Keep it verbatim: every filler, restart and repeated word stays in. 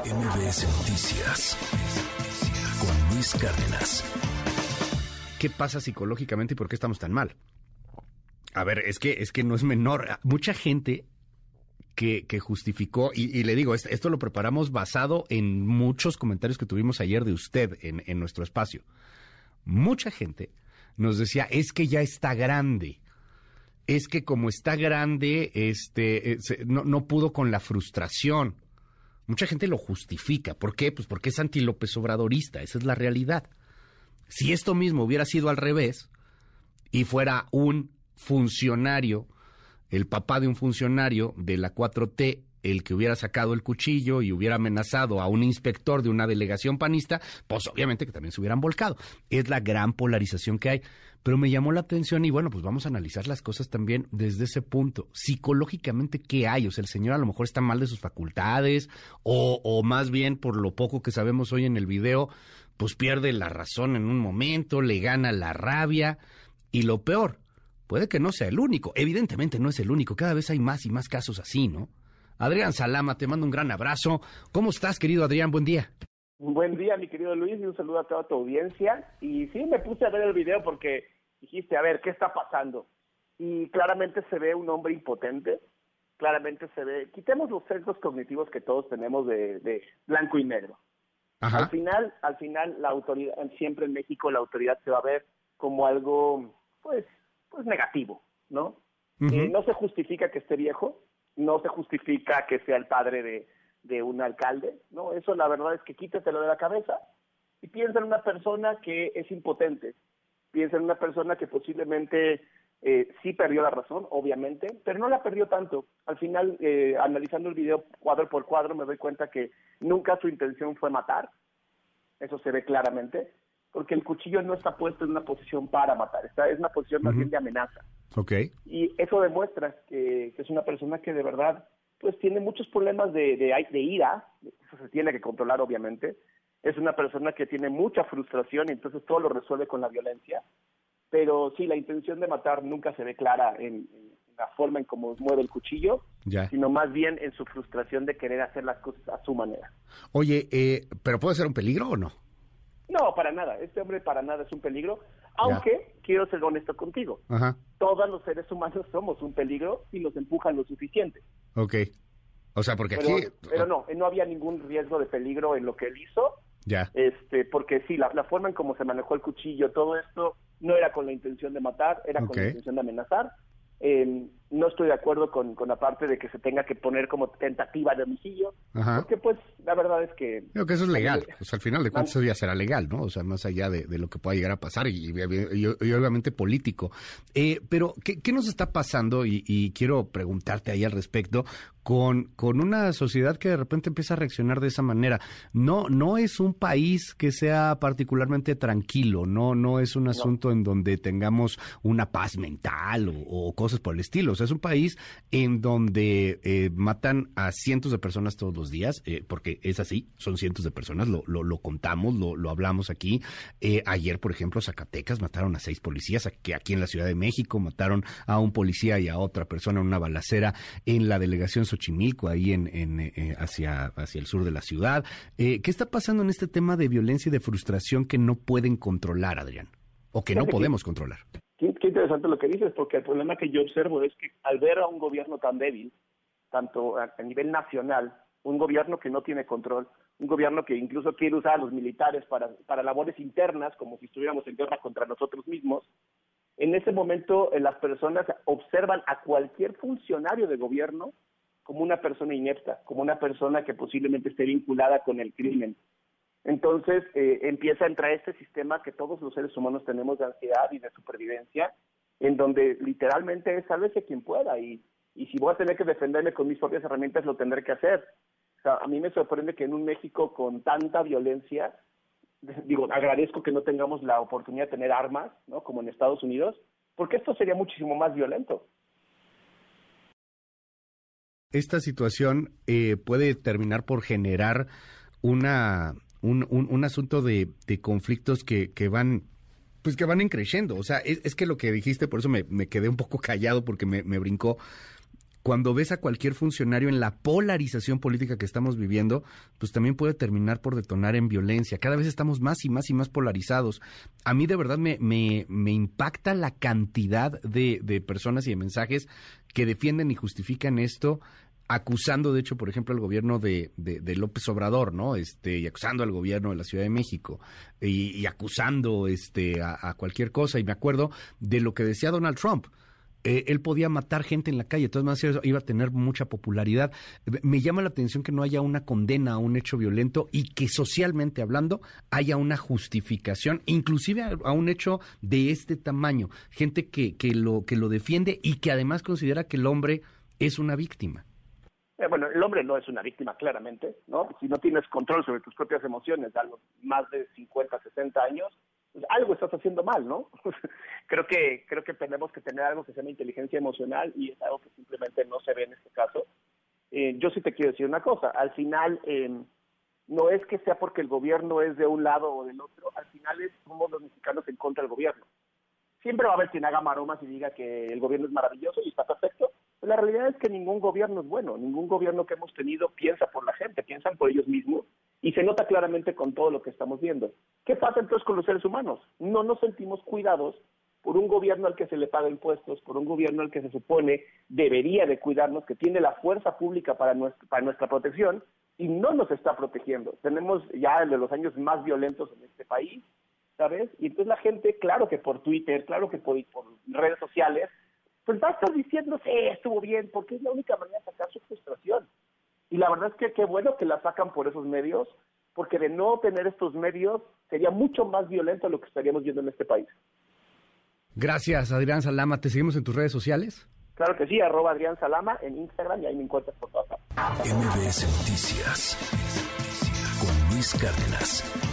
M B S Noticias con Luis Cárdenas. ¿Qué pasa psicológicamente y por qué estamos tan mal? A ver, es que, es que no es menor. Mucha gente que, que justificó, y, y le digo, esto, esto lo preparamos basado en muchos comentarios que tuvimos ayer de usted en, en nuestro espacio. Mucha gente nos decía, es que ya está grande. Es que como está grande, este, eh, se, no, no pudo con la frustración. Mucha gente lo justifica. ¿Por qué? Pues porque es anti-López Obradorista. Esa es la realidad. Si esto mismo hubiera sido al revés y fuera un funcionario, el papá de un funcionario de la cuatro T, el que hubiera sacado el cuchillo y hubiera amenazado a un inspector de una delegación panista, pues obviamente que también se hubieran volcado. Es la gran polarización que hay. Pero me llamó la atención y bueno, pues vamos a analizar las cosas también desde ese punto. Psicológicamente, ¿qué hay? O sea, el señor a lo mejor está mal de sus facultades o, o más bien por lo poco que sabemos hoy en el video, pues pierde la razón en un momento, le gana la rabia y lo peor, puede que no sea el único. Evidentemente no es el único, cada vez hay más y más casos así, ¿no? Adrián Salama, te mando un gran abrazo. ¿Cómo estás, querido Adrián? Buen día. Un buen día, mi querido Luis, y un saludo a toda tu audiencia. Y sí, me puse a ver el video porque dijiste, a ver, ¿qué está pasando? Y claramente se ve un hombre impotente, claramente se ve, quitemos los sesgos cognitivos que todos tenemos de, de blanco y negro. Ajá. Al final, al final, la autoridad, siempre en México la autoridad se va a ver como algo, pues, pues negativo, ¿no? Uh-huh. Eh, no se justifica que esté viejo, no se justifica que sea el padre de, de un alcalde, ¿no? Eso la verdad es que quítatelo de la cabeza y piensa en una persona que es impotente, piensa en una persona que posiblemente eh, sí perdió la razón, obviamente, pero no la perdió tanto. Al final, eh, analizando el video cuadro por cuadro, me doy cuenta que nunca su intención fue matar, eso se ve claramente, porque el cuchillo no está puesto en una posición para matar, está, es una posición más uh-huh. bien de amenaza. Okay. Y eso demuestra que, que es una persona que de verdad pues tiene muchos problemas de, de, de ira, eso se tiene que controlar obviamente, es una persona que tiene mucha frustración y entonces todo lo resuelve con la violencia, pero sí, la intención de matar nunca se ve clara en, en la forma en cómo mueve el cuchillo, ya. Sino más bien en su frustración de querer hacer las cosas a su manera. Oye, eh, ¿pero puede ser un peligro o no? No, para nada, este hombre para nada es un peligro, aunque ya. Quiero ser honesto contigo, Ajá. Todos los seres humanos somos un peligro si nos empujan lo suficiente. Ok, o sea, porque pero, aquí... Pero no, no había ningún riesgo de peligro en lo que él hizo, ya. este, porque sí, la, la forma en cómo se manejó el cuchillo, todo esto, no era con la intención de matar, era okay. con la intención de amenazar. Eh, no estoy de acuerdo con, con la parte de que se tenga que poner como tentativa de homicidio, Ajá. porque pues la verdad es que... Creo que eso es legal, pues al final de cuentas eso ya será legal, ¿no? O sea, más allá de, de lo que pueda llegar a pasar y, y, y, y obviamente político. Eh, pero, ¿qué, ¿qué nos está pasando? Y, y quiero preguntarte ahí al respecto, con, con una sociedad que de repente empieza a reaccionar de esa manera. No, no es un país que sea particularmente tranquilo, no, no es un asunto no. en donde tengamos una paz mental o, o cosas por el estilo. O sea, es un país en donde eh, matan a cientos de personas todos los días, eh, porque es así, son cientos de personas, lo, lo, lo contamos, lo, lo hablamos aquí. Eh, ayer, por ejemplo, Zacatecas mataron a seis policías, aquí, aquí en la Ciudad de México mataron a un policía y a otra persona en una balacera en la delegación Xochimilco, ahí en, en eh, hacia, hacia el sur de la ciudad. Eh, ¿Qué está pasando en este tema de violencia y de frustración que no pueden controlar, Adrián? O que no podemos controlar. Qué, qué interesante lo que dices, porque el problema que yo observo es que al ver a un gobierno tan débil, tanto a, a nivel nacional, un gobierno que no tiene control, un gobierno que incluso quiere usar a los militares para, para labores internas, como si estuviéramos en guerra contra nosotros mismos, en ese momento eh, las personas observan a cualquier funcionario de gobierno como una persona inepta, como una persona que posiblemente esté vinculada con el crimen. Entonces eh, empieza a entrar este sistema que todos los seres humanos tenemos de ansiedad y de supervivencia, en donde literalmente es sálvese quien pueda, y, y si voy a tener que defenderme con mis propias herramientas, lo tendré que hacer. O sea, a mí me sorprende que en un México con tanta violencia, digo, agradezco que no tengamos la oportunidad de tener armas, ¿no? Como en Estados Unidos, porque esto sería muchísimo más violento. Esta situación eh, puede terminar por generar una... Un, un, un asunto de, de conflictos que, que van pues que van creciendo. O sea, es, es que lo que dijiste, por eso me, me quedé un poco callado porque me, me brincó. cuando ves a cualquier funcionario en la polarización política que estamos viviendo, pues también puede terminar por detonar en violencia. Cada vez estamos más y más y más polarizados. A mí de verdad me, me, me impacta la cantidad de, de personas y de mensajes que defienden y justifican esto, acusando, de hecho, por ejemplo, al gobierno de, de, de López Obrador, ¿no? Este, y acusando al gobierno de la Ciudad de México, y, y acusando este a, a cualquier cosa. Y me acuerdo de lo que decía Donald Trump. Eh, él podía matar gente en la calle, de todas maneras iba a tener mucha popularidad. Me llama la atención que no haya una condena a un hecho violento y que socialmente hablando haya una justificación, inclusive a, a un hecho de este tamaño. Gente que, que, lo, que lo defiende y que además considera que el hombre es una víctima. Eh, bueno, el hombre no es una víctima, claramente, ¿no? Si no tienes control sobre tus propias emociones a los más de cincuenta, sesenta años, pues algo estás haciendo mal, ¿no? creo que creo que tenemos que tener algo que se llama inteligencia emocional y es algo que simplemente no se ve en este caso. Eh, yo sí te quiero decir una cosa, al final eh, no es que sea porque el gobierno es de un lado o del otro, al final es somos los mexicanos en contra del gobierno. Siempre va a haber quien haga maromas y diga que el gobierno es maravilloso y está perfecto, pero la realidad es que ningún gobierno es bueno, ningún gobierno que hemos tenido piensa por la gente, piensan por ellos mismos y se nota claramente con todo lo que estamos viendo. ¿Qué pasa entonces con los seres humanos? No nos sentimos cuidados por un gobierno al que se le paga impuestos, por un gobierno al que se supone debería de cuidarnos, que tiene la fuerza pública para nuestra, para nuestra protección y no nos está protegiendo. Tenemos ya el de los años más violentos en este país, ¿sabes? Y entonces la gente, claro que por Twitter, claro que por, por redes sociales, pues va a estar diciendo, sí, estuvo bien, porque es la única manera de sacar su frustración. Y la verdad es que qué bueno que la sacan por esos medios, porque de no tener estos medios sería mucho más violento lo que estaríamos viendo en este país. Gracias, Adrián Salama. ¿Te seguimos en tus redes sociales? Claro que sí, arroba Adrián Salama en Instagram y ahí me encuentras por todas partes. M B S Noticias con Luis Cárdenas.